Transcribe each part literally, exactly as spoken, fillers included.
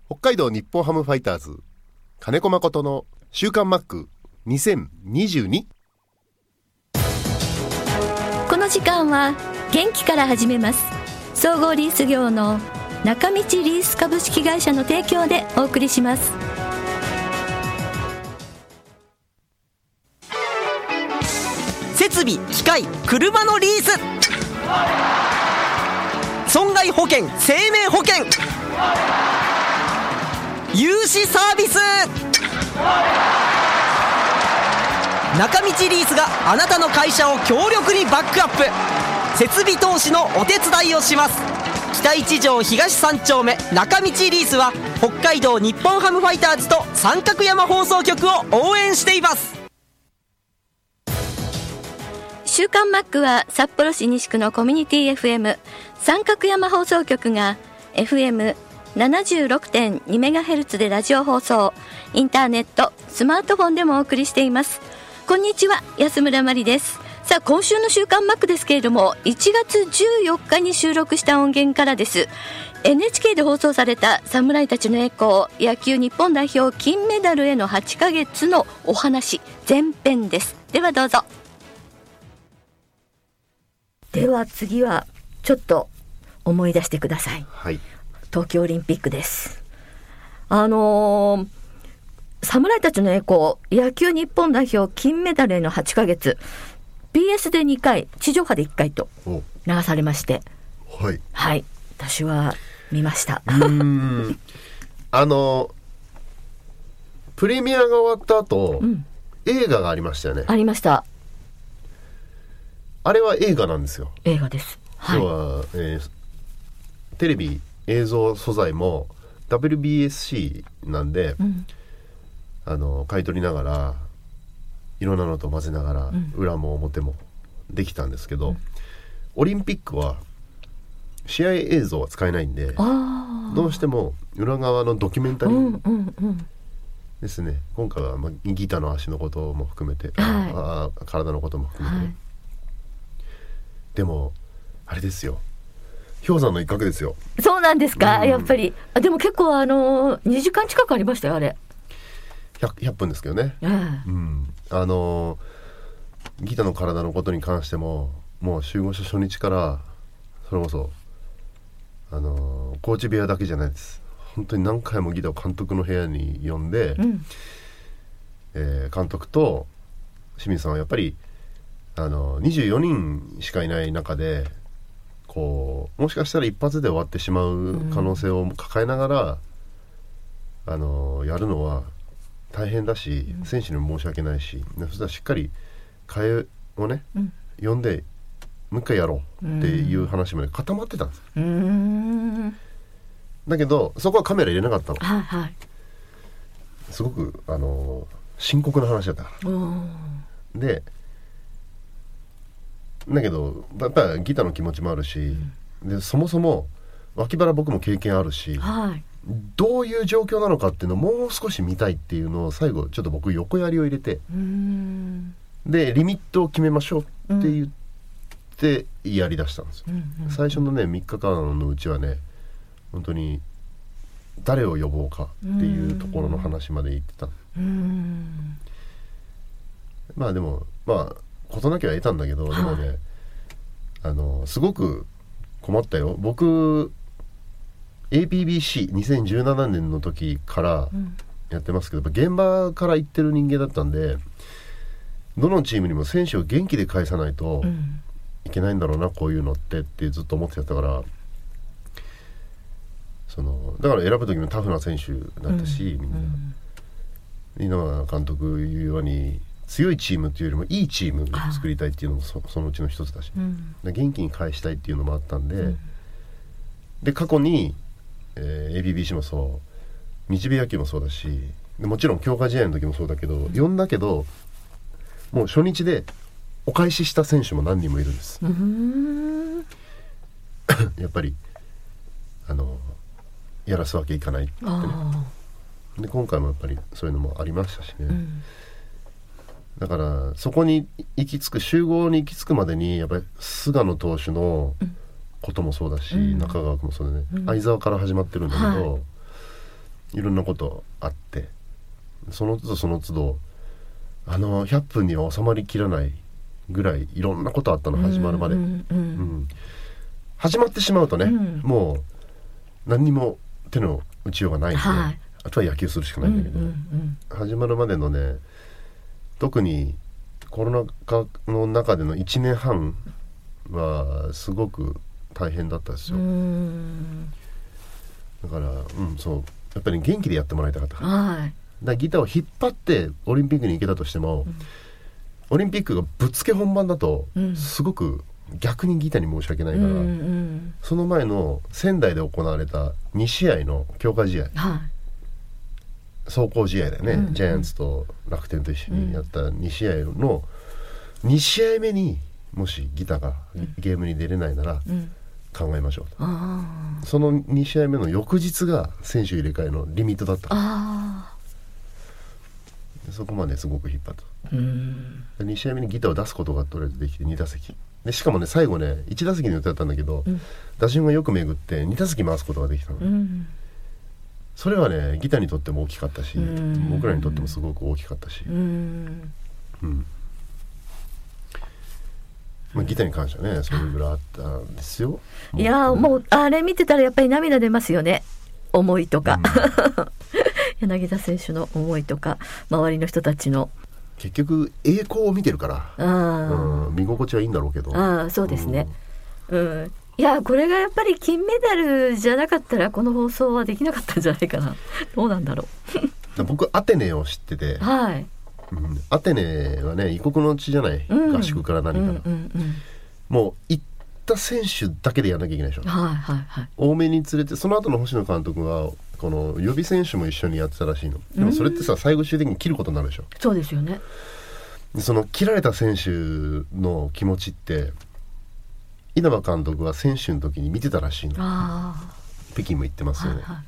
北海道日本ハムファイターズ金子誠の週刊マックにせんにじゅうに。 この時間は元気から始めます。総合リース業の中道リース株式会社の提供でお送りします。 設備機械車のリース、損害保険生命保険、融資サービス、中道リースがあなたの会社を強力にバックアップ、設備投資のお手伝いをします。北一条東三丁目中道リースは北海道日本ハムファイターズと三角山放送局を応援しています。 週刊マックは札幌市西区のコミュニティ エフエム 三角山放送局が エフエムななじゅうろくてんにメガヘルツ でラジオ放送、インターネット、スマートフォンでもお送りしています。こんにちは、安村まりです。さあ、今週の週刊マックですけれども、いちがつじゅうよっかに収録した音源からです。 エヌエイチケー で放送された侍たちの栄光、野球日本代表金メダルへのはちかげつのお話前編です。ではどうぞ。では次はちょっと思い出してください。 はい、 東京オリンピックです。あのー、侍たちの栄光、野球日本代表金メダルへのはちかげつ、 ビーエス でにかい、地上波でいっかいと流されまして、 はい、 はい、私は見ました。 うーんあのプレミアが終わった後、うん、映画がありましたよね。 ありました。 あれは映画なんですよ。 映画です。はい、 要は、えー、テレビ映像素材も ダブリュービーエスシー なんで、うん、あの買い取りながらいろんなのと混ぜながら、うん、裏も表もできたんですけど、うん、オリンピックは試合映像は使えないんで、どうしても裏側のドキュメンタリーですね、うんうんうん、今回は、まあ、ギターの足のことも含めて、はい、ああ体のことも含めて、はい、でもあれですよ、氷山の一角ですよ。 そうなんですか、うん、やっぱり。あ、でも結構あのにじかん近くありましたよ、あれ。 ひゃく, ひゃっぷんですけどね、うん、あのギターの体のことに関してももう集合した初日からそれこそあのコーチ部屋だけじゃないです。本当に何回もギターを監督の部屋に呼んで、うんえー、監督と清水さんはやっぱりあのにじゅうよにんしかいない中でこうもしかしたら一発で終わってしまう可能性を抱えながら、うん、あのやるのは大変だし、うん、選手にも申し訳ないし、そしたらしっかり替えをね、うん、呼んでもう一回やろうっていう話まで固まってたんです。うーんだけどそこはカメラ入れなかったの、はいはい、すごくあの深刻な話だったからでだけどやっぱりギターの気持ちもあるし、うん、でそもそも脇腹僕も経験あるし、はい、どういう状況なのかっていうのをもう少し見たいっていうのを最後ちょっと僕横やりを入れて、うーんでリミットを決めましょうって言ってやりだしたんですよ、うんうんうん、最初のねみっかかんのうちはね本当に誰を呼ぼうかっていうところの話まで言ってた。うーんまあでもまあ事なきは得たんだけど、はい、でもねあのすごく困ったよ。僕 エーピービーシーにせんじゅうななねんの時からやってますけど、うん、現場から行ってる人間だったんでどのチームにも選手を元気で返さないといけないんだろうな、うん、こういうのってってずっと思ってやったから、そのだから選ぶ時もタフな選手だったし、うん、みんな、うん、稲葉監督言うように強いチームっていうよりもいいチームを作りたいっていうのも そ, そのうちの一つだし、うん、元気に返したいっていうのもあったんで、うん、で過去に、えー、エーピービーシー もそう日米野球もそうだしでもちろん強化試合の時もそうだけど、うん、呼んだけどもう初日でお返しした選手も何人もいるんです。うーんやっぱりあのやらすわけいかないってね。で今回もやっぱりそういうのもありましたしね、うん、だからそこに行き着く集合に行き着くまでにやっぱり菅野投手のこともそうだし、うん、中川君もそうだね、うん、相澤から始まってるんだけど、はい、 いろんなことあって、その都度その都度あのひゃっぷんには収まりきらないぐらいいろんなことあったの、始まるまで、うんうんうん、始まってしまうとね、うん、もう何にも手の打ちようがないんで、はい、あとは野球するしかないんだけど、うんうんうん、始まるまでのね、特にコロナ禍の中でのいちねんはんはすごく大変だったですよ。うーん、だから、うん、そうやっぱり元気でやってもらいたかったから、はい、だからギターを引っ張ってオリンピックに行けたとしても、うん、オリンピックがぶっつけ本番だと、うん、すごく逆にギターに申し訳ないから、うんうん、その前の仙台で行われたに試合の強化試合、はい、壮行試合だよね、うんうん、ジャイアンツと楽天と一緒にやったに試合のに試合目にもしギターがゲームに出れないなら考えましょうと、うん、そのに試合目の翌日が選手入れ替えのリミットだった。あ、そこまですごく引っ張った、うん、に試合目にギターを出すことがとりあえずできてに打席で、しかもね最後ねいち打席の予定だったんだけど、うん、打順がよく巡ってに打席回すことができたの、うん、それはねギターにとっても大きかったし、うん、僕らにとってもすごく大きかったし、うんうん、まあ、ギターに関してはねそれぐらいあったんですよ。 いや、うん、もうあれ見てたらやっぱり涙出ますよね、思いとか、うん、柳田選手の思いとか周りの人たちの結局栄光を見てるから、うん、見心地はいいんだろうけど、 あ、そうですね、うんうん、いやこれがやっぱり金メダルじゃなかったらこの放送はできなかったんじゃないかな。どうなんだろう僕アテネを知ってて、はい、うん、アテネはね異国の地じゃない、うん、合宿から何から、うんうんうん、もう行った選手だけでやらなきゃいけないでしょ、はいはいはい、多めに連れて、その後の星野監督はこの予備選手も一緒にやってたらしいの。でもそれってさ最後終的に切ることになるでしょ。 そうですよね。 その切られた選手の気持ちって稲葉監督は選手の時に見てたらしいの。あ、北京も行ってますよね、はいはい、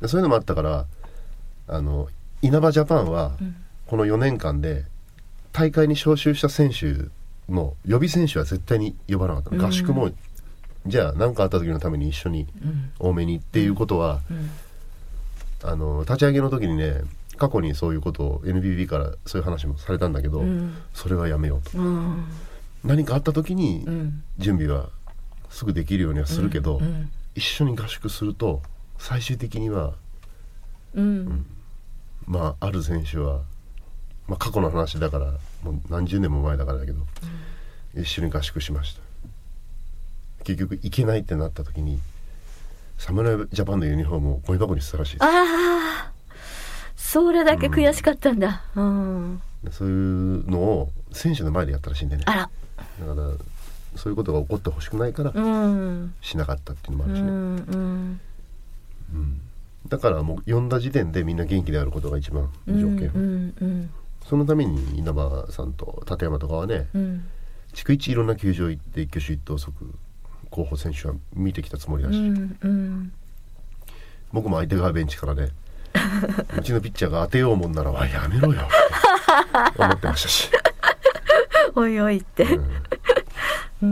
そういうのもあったからあの稲葉ジャパンはこのよねんかんで大会に招集した選手の予備選手は絶対に呼ばなかった、うん、合宿もじゃあ何かあった時のために一緒に多めにっていうことは、うんうん、あの立ち上げの時にね過去にそういうことを エヌビービー からそういう話もされたんだけど、うん、それはやめようと、うん、何かあった時に準備はすぐできるようにはするけど、うんうん、一緒に合宿すると最終的には、うんうん、まあある選手は、まあ、過去の話だからもう何十年も前だからだけど、うん、一緒に合宿しました。結局行けないってなった時に侍ジャパンのユニフォームをゴミ箱に捨てたらしいです。 ああ、それだけ悔しかったんだ、うんうん、そういうのを選手の前でやったらしいんでね。あら、だからそういうことが起こってほしくないからしなかったっていうのもあるしね、うんうんうん、だからもう呼んだ時点でみんな元気であることが一番条件、うんうんうん、そのために稲葉さんと立山とかはね、うん、逐一いろんな球場行って一挙手一投足候補選手は見てきたつもりだし、うんうん、僕も相手側ベンチからねうちのピッチャーが当てようもんならはやめろよって思ってましたしおいおいって、うんうん、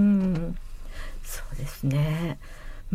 そうですね、うん、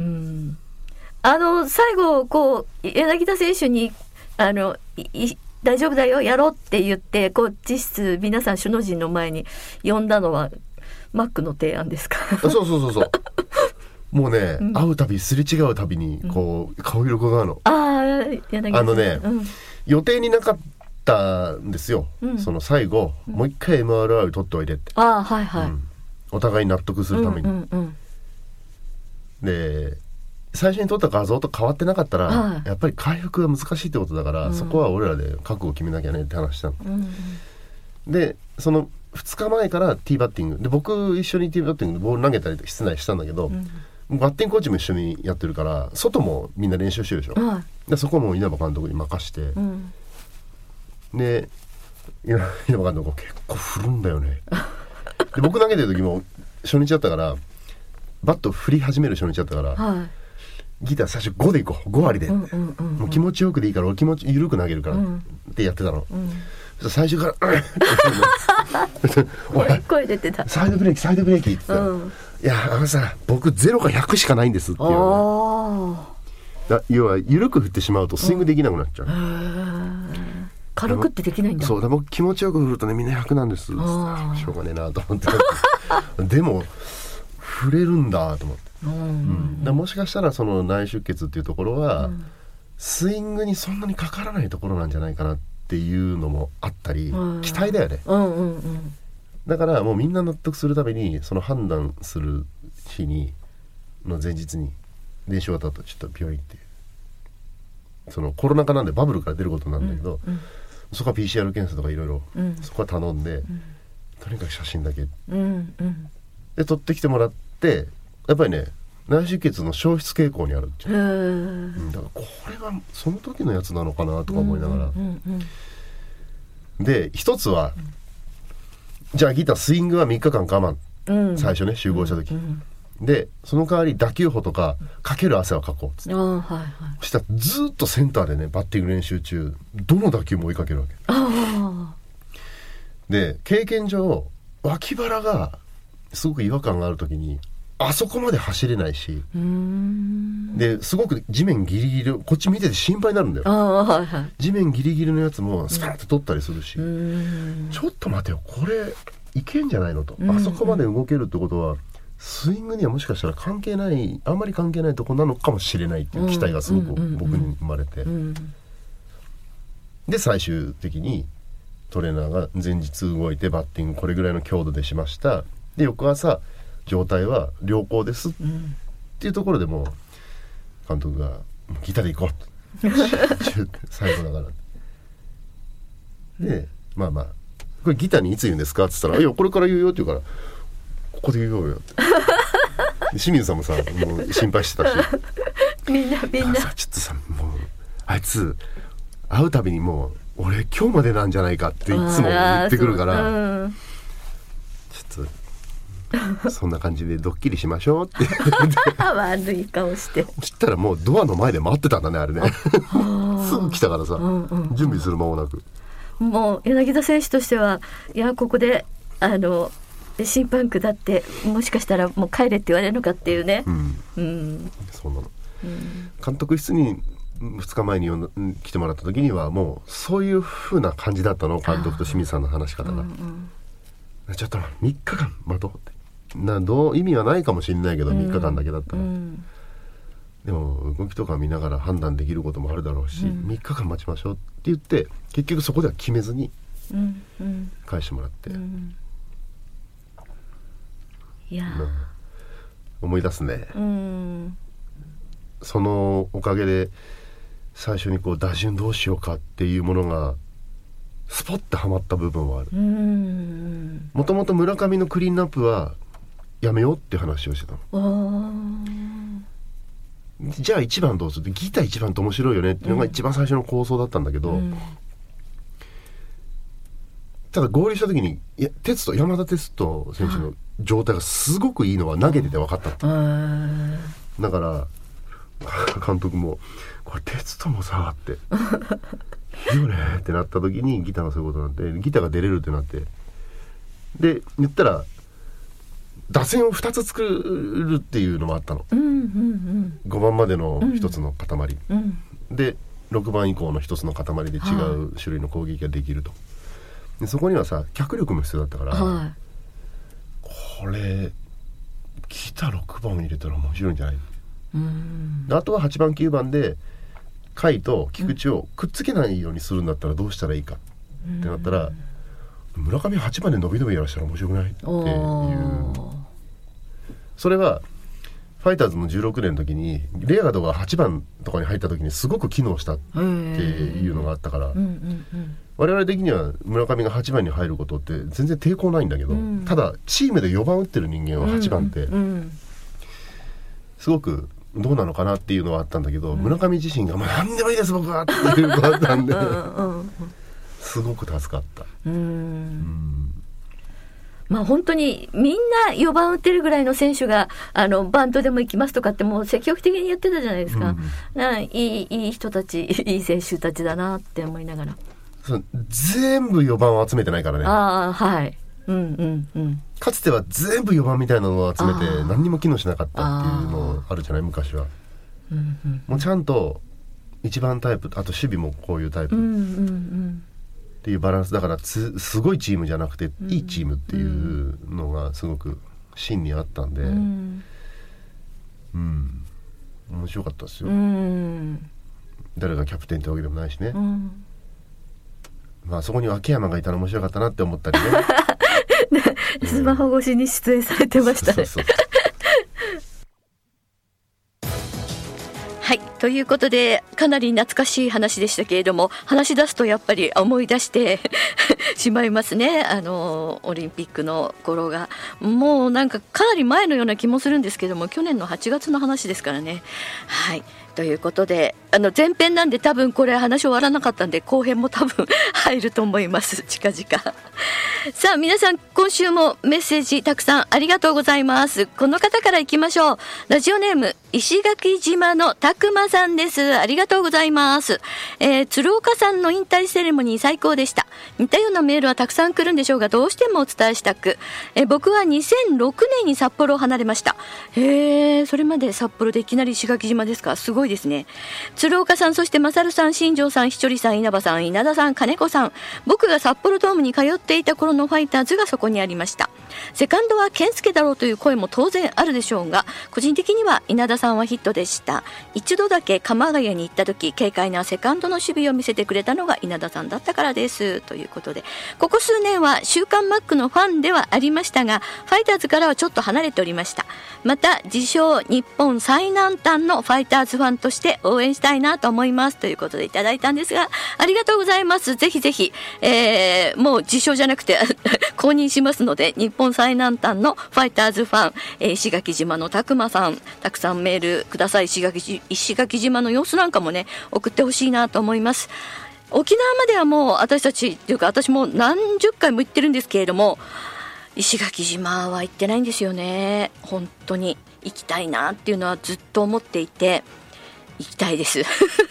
あの最後こう柳田選手にあのい大丈夫だよやろうって言ってこう実質皆さん首脳陣の前に呼んだのはマックの提案ですか？ そうそうそうそうもうね、うん、会うたびすれ違うたびにこう、うん、顔色がうのあ柳あのね、うん、予定になかったんですよ、うん、その最後、うん、もう一回 エムアールアイ 取っておいでって、 あ、はいはい、うん、 お互い納得するために、うんうんうん、で最初に撮った画像と変わってなかったら、はい、やっぱり回復が難しいってことだから、うん、そこは俺らで覚悟を決めなきゃねって話したの、うん、でそのふつかまえからティーバッティングで僕一緒にティーバッティングでボール投げたり室内したんだけど、うん、バッティングコーチも一緒にやってるから外もみんな練習してるでしょ、はい、でそこも稲葉監督に任して、うん、で稲葉監督結構振るんだよねで僕投げてる時も初日だったからバット振り始める初日だったから、はい、ギター最初ごでいこうご割で、うんうんうんうん、もう気持ちよくでいいから俺気持ち緩く投げるから、うん、ってやってたの、うん、最初からおい声出てたサイドブレーキサイドブレーキって言ってたら、うん、いやあのさ僕ゼロかひゃくしかないんですっていう、ね、 だ要は緩く振ってしまうとスイングできなくなっちゃう、うん 、軽くってできないんだ。 そうだ、僕気持ちよく振るとねみんなひゃくなんです。しょうがねえなと思ってでも振れるんだと思って、うんうん、だもしかしたらその内出血っていうところは、うん、スイングにそんなにかからないところなんじゃないかなっていうのもあったり、うん、期待だよね、うんうんうん、だからもうみんな納得するためにその判断する日にの前日に練習終わった後ちょっと病院行って、そのコロナ禍なんでバブルから出ることなんだけど、うんうん、そこは ピーシーアール 検査とかいろいろそこは頼んで、うん、とにかく写真だけ、うんうん、で撮ってきてもらって、やっぱりね内出血の消失傾向にあるっていう、うん、だからこれがその時のやつなのかなとか思いながら、うんうんうんうん、で一つは、うん、じゃあギタースイングはみっかかん我慢、うん、最初ね集合した時、うんうんでその代わり打球歩とかかける汗はかこうっつって、はいはい、そしたらずっとセンターでねバッティング練習中どの打球も追いかけるわけあで経験上脇腹がすごく違和感がある時にあそこまで走れないし、うーんですごく地面ギリギリこっち見てて心配になるんだよ、あ、はいはい、地面ギリギリのやつもスパッと取ったりするし、うん、ちょっと待てよこれいけんじゃないのと、あそこまで動けるってことはスイングにはもしかしたら関係ないあんまり関係ないとこなのかもしれないっていう期待がすごく僕に生まれて、うんうんうん、で最終的にトレーナーが前日動いてバッティングこれぐらいの強度でしました、で翌朝状態は良好ですっていうところでもう監督がギターで行こう最後だからでまあまあこれギターにいつ言うんですかって言ったらいやこれから言うよって言うからここで言おうよって清水さんもさもう心配してたしみんなみんなさちょっとさもうあいつ会うたびにもう俺今日までなんじゃないかっていつも言ってくるから、うん、ちょっとそんな感じでドッキリしましょうって悪い顔してそしたらもうドアの前で待ってたんだねあれねすぐ来たからさ、うんうんうん、準備する間もなくもう柳田選手としてはいやここであの審判区だってもしかしたらもう帰れって言われるのかっていうね、うんうん、 そうなの、うん、監督室にふつかまえに呼ん来てもらった時にはもうそういう風な感じだったの監督と清水さんの話し方が、うんうん、ちょっとみっかかん待とうってなどう意味はないかもしれないけど、うん、みっかかんだけだったら、うん、でも動きとか見ながら判断できることもあるだろうし、うん、みっかかん待ちましょうって言って結局そこでは決めずに返してもらって、うんうんいや、まあ、思い出すね、うん、そのおかげで最初にこう打順どうしようかっていうものがスポッとはまった部分はある。もともと村上のクリーンナップはやめようって話をしてたの。じゃあいちばんどうするギターいちばんって面白いよねっていうのが一番最初の構想だったんだけど、うん、ただ合流した時にいやテツト山田哲人選手の状態がすごくいいのは投げてて分かった、うん、だから監督もこれ哲人もさっていいよねってなった時にギターがそういうことになってギターが出れるってなってで言ったら打線をふたつ作るっていうのもあったの、うんうんうん、ごばんまでのひとつの塊、うん、でろくばん以降のひとつの塊で違う種類の攻撃ができると、でそこにはさ脚力も必要だったから、はい、これギターろくばん入れたら面白いんじゃない、うん、あとははちばんきゅうばんで甲斐と菊池をくっつけないようにするんだったらどうしたらいいかってなったら、うん、村上はちばんで伸び伸びやらせたら面白くないっていうそれはファイターズのじゅうろくねんの時にレアードがはちばんとかに入った時にすごく機能したっていうのがあったから、うんうんうん、我々的には村上がはちばんに入ることって全然抵抗ないんだけど、うん、ただチームでよばん打ってる人間ははちばんってすごくどうなのかなっていうのはあったんだけど、うん、村上自身が、まあ、何でもいいです僕はっていうことだったんですごく助かった。うん、うんまあ、本当にみんなよばん打ってるぐらいの選手があのバントでも行きますとかってもう積極的に言ってたじゃないですか、うん、ないい、いい人たちいい選手たちだなって思いながらそう全部よばんを集めてないからね。 あ、はい、うんうんうん、 かつては全部よばんみたいなのを集めて何にも機能しなかったっていうのあるじゃない昔は。 うんうん、 もうちゃんといちばんタイプ、あと守備もこういうタイプ、 うんうんうん、 っていうバランスだからつすごいチームじゃなくていいチームっていうのがすごく芯にあったんで、うん、うん、面白かったですよ、うん、誰がキャプテンってわけでもないしね、うん、まあそこに秋山がいたら面白かったなって思ったりねスマホ越しに出演されてましたね、そうそうそうはい、ということでかなり懐かしい話でしたけれども、話し出すとやっぱり思い出してしまいますね。あのオリンピックの頃がもうなんかかなり前のような気もするんですけども、去年のはちがつの話ですからね。はい、ということであの前編なんで多分これ話終わらなかったんで後編も多分入ると思います近々さあ皆さん今週もメッセージたくさんありがとうございます。この方からいきましょう。ラジオネーム石垣島のたくまさんです。ありがとうございます、えー、鶴岡さんの引退セレモニー最高でした。似たようなメールはたくさん来るんでしょうがどうしてもお伝えしたく、えー、僕はにせんろくねんに札幌を離れました。へー、それまで札幌でいきなり石垣島ですか。すごいですね。鶴岡さん、そしてマサルさん、新庄さん、ひちょりさん、稲葉さん、稲田さん、金子さん、僕が札幌ドームに通っていた頃のファイターズがそこにありました。セカンドは健介だろうという声も当然あるでしょうが、個人的には稲田さんはヒットでした。一度だけ鎌ヶ谷に行った時、軽快なセカンドの守備を見せてくれたのが稲田さんだったからですということで、ここ数年は週刊マックのファンではありましたが、ファイターズからはちょっと離れておりました。また自称日本最南端のファイターズファンとして応援したいなと思いますということでいただいたんですが、ありがとうございます。ぜひぜひ、えー、もう自称じゃなくて公認しますので、日本最南端のファイターズファン、えー、石垣島のたくまさん、たくさんメールください。石垣、石垣島の様子なんかもね送ってほしいなと思います。沖縄まではもう私たちというか私も何十回も行ってるんですけれども、石垣島は行ってないんですよね。本当に行きたいなっていうのはずっと思っていて、行きたいです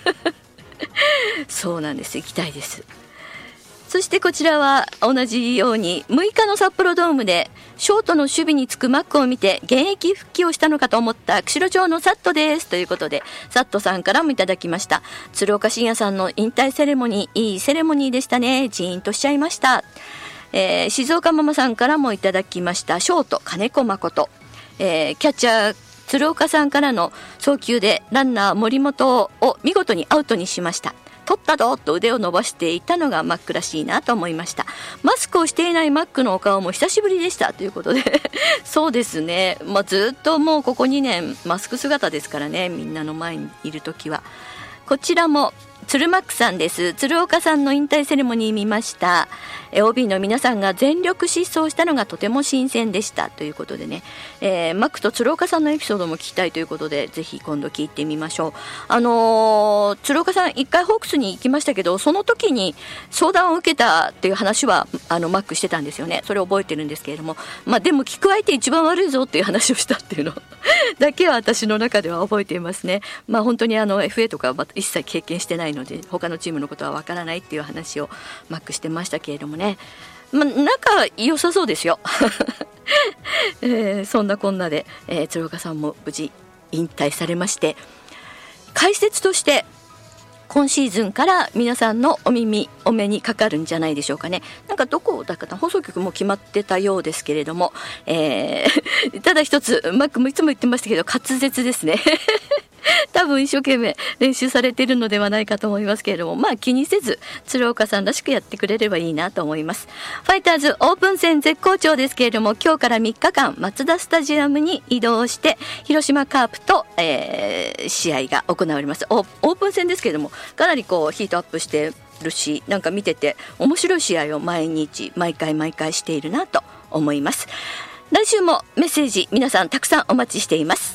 そうなんです、行きたいです。そしてこちらは同じようにむいかの札幌ドームでショートの守備につくマックを見て現役復帰をしたのかと思った釧路町のサットですということで、サットさんからもいただきました。鶴岡慎也さんの引退セレモニー、いいセレモニーでしたね。ジーンとしちゃいました。えー、静岡ママさんからもいただきました。ショート金子誠、えー、キャッチャー鶴岡さんからの送球でランナー森本を見事にアウトにしました。取ったぞと腕を伸ばしていたのがマックらしいなと思いました。マスクをしていないマックのお顔も久しぶりでしたということでそうですね、まあ、ずっともうここにねんマスク姿ですからね、みんなの前にいるときは。こちらも鶴マックさんです。鶴岡さんの引退セレモニー見ました。 オービー の皆さんが全力疾走したのがとても新鮮でしたということでね、えー、マックと鶴岡さんのエピソードも聞きたいということで、ぜひ今度聞いてみましょう。あのー、鶴岡さん一回ホークスに行きましたけど、その時に相談を受けたっていう話はあのマックしてたんですよね。それを覚えてるんですけれども、まあ、でも聞く相手一番悪いぞっていう話をしたっていうのだけは私の中では覚えていますね。まあ本当にあの エフエー とかは一切経験してないので他のチームのことはわからないっていう話をマックしてましたけれどもね、まあ、仲良さそうですよ、えー、そんなこんなで、えー、鶴岡さんも無事引退されまして、解説として今シーズンから皆さんのお耳お目にかかるんじゃないでしょうかね。なんかどこだかな、放送局も決まってたようですけれども、えー、ただ一つマックもいつも言ってましたけど滑舌ですね多分一生懸命練習されているのではないかと思いますけれども、まあ気にせず鶴岡さんらしくやってくれればいいなと思います。ファイターズオープン戦絶好調ですけれども、今日からみっかかんマツダスタジアムに移動して広島カープと、えー、試合が行われます。 オ, オープン戦ですけれどもかなりこうヒートアップしてるし、なんか見てて面白い試合を毎日毎回毎回しているなと思います。来週もメッセージ皆さんたくさんお待ちしています。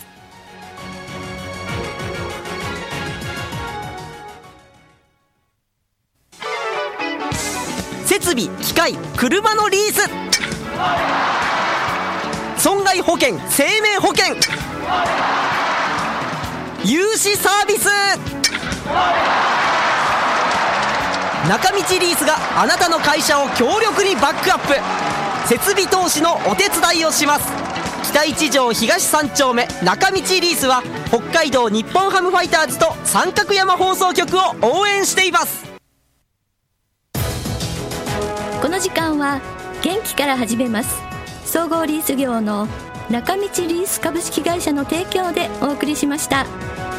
設備機械車のリース、損害保険生命保険、融資サービス、中道リースがあなたの会社を強力にバックアップ、設備投資のお手伝いをします。北一条東三丁目中道リースは北海道日本ハムファイターズと三角山放送局を応援しています。 この時間は元気から始めます総合リース業の中道リース株式会社の提供でお送りしました。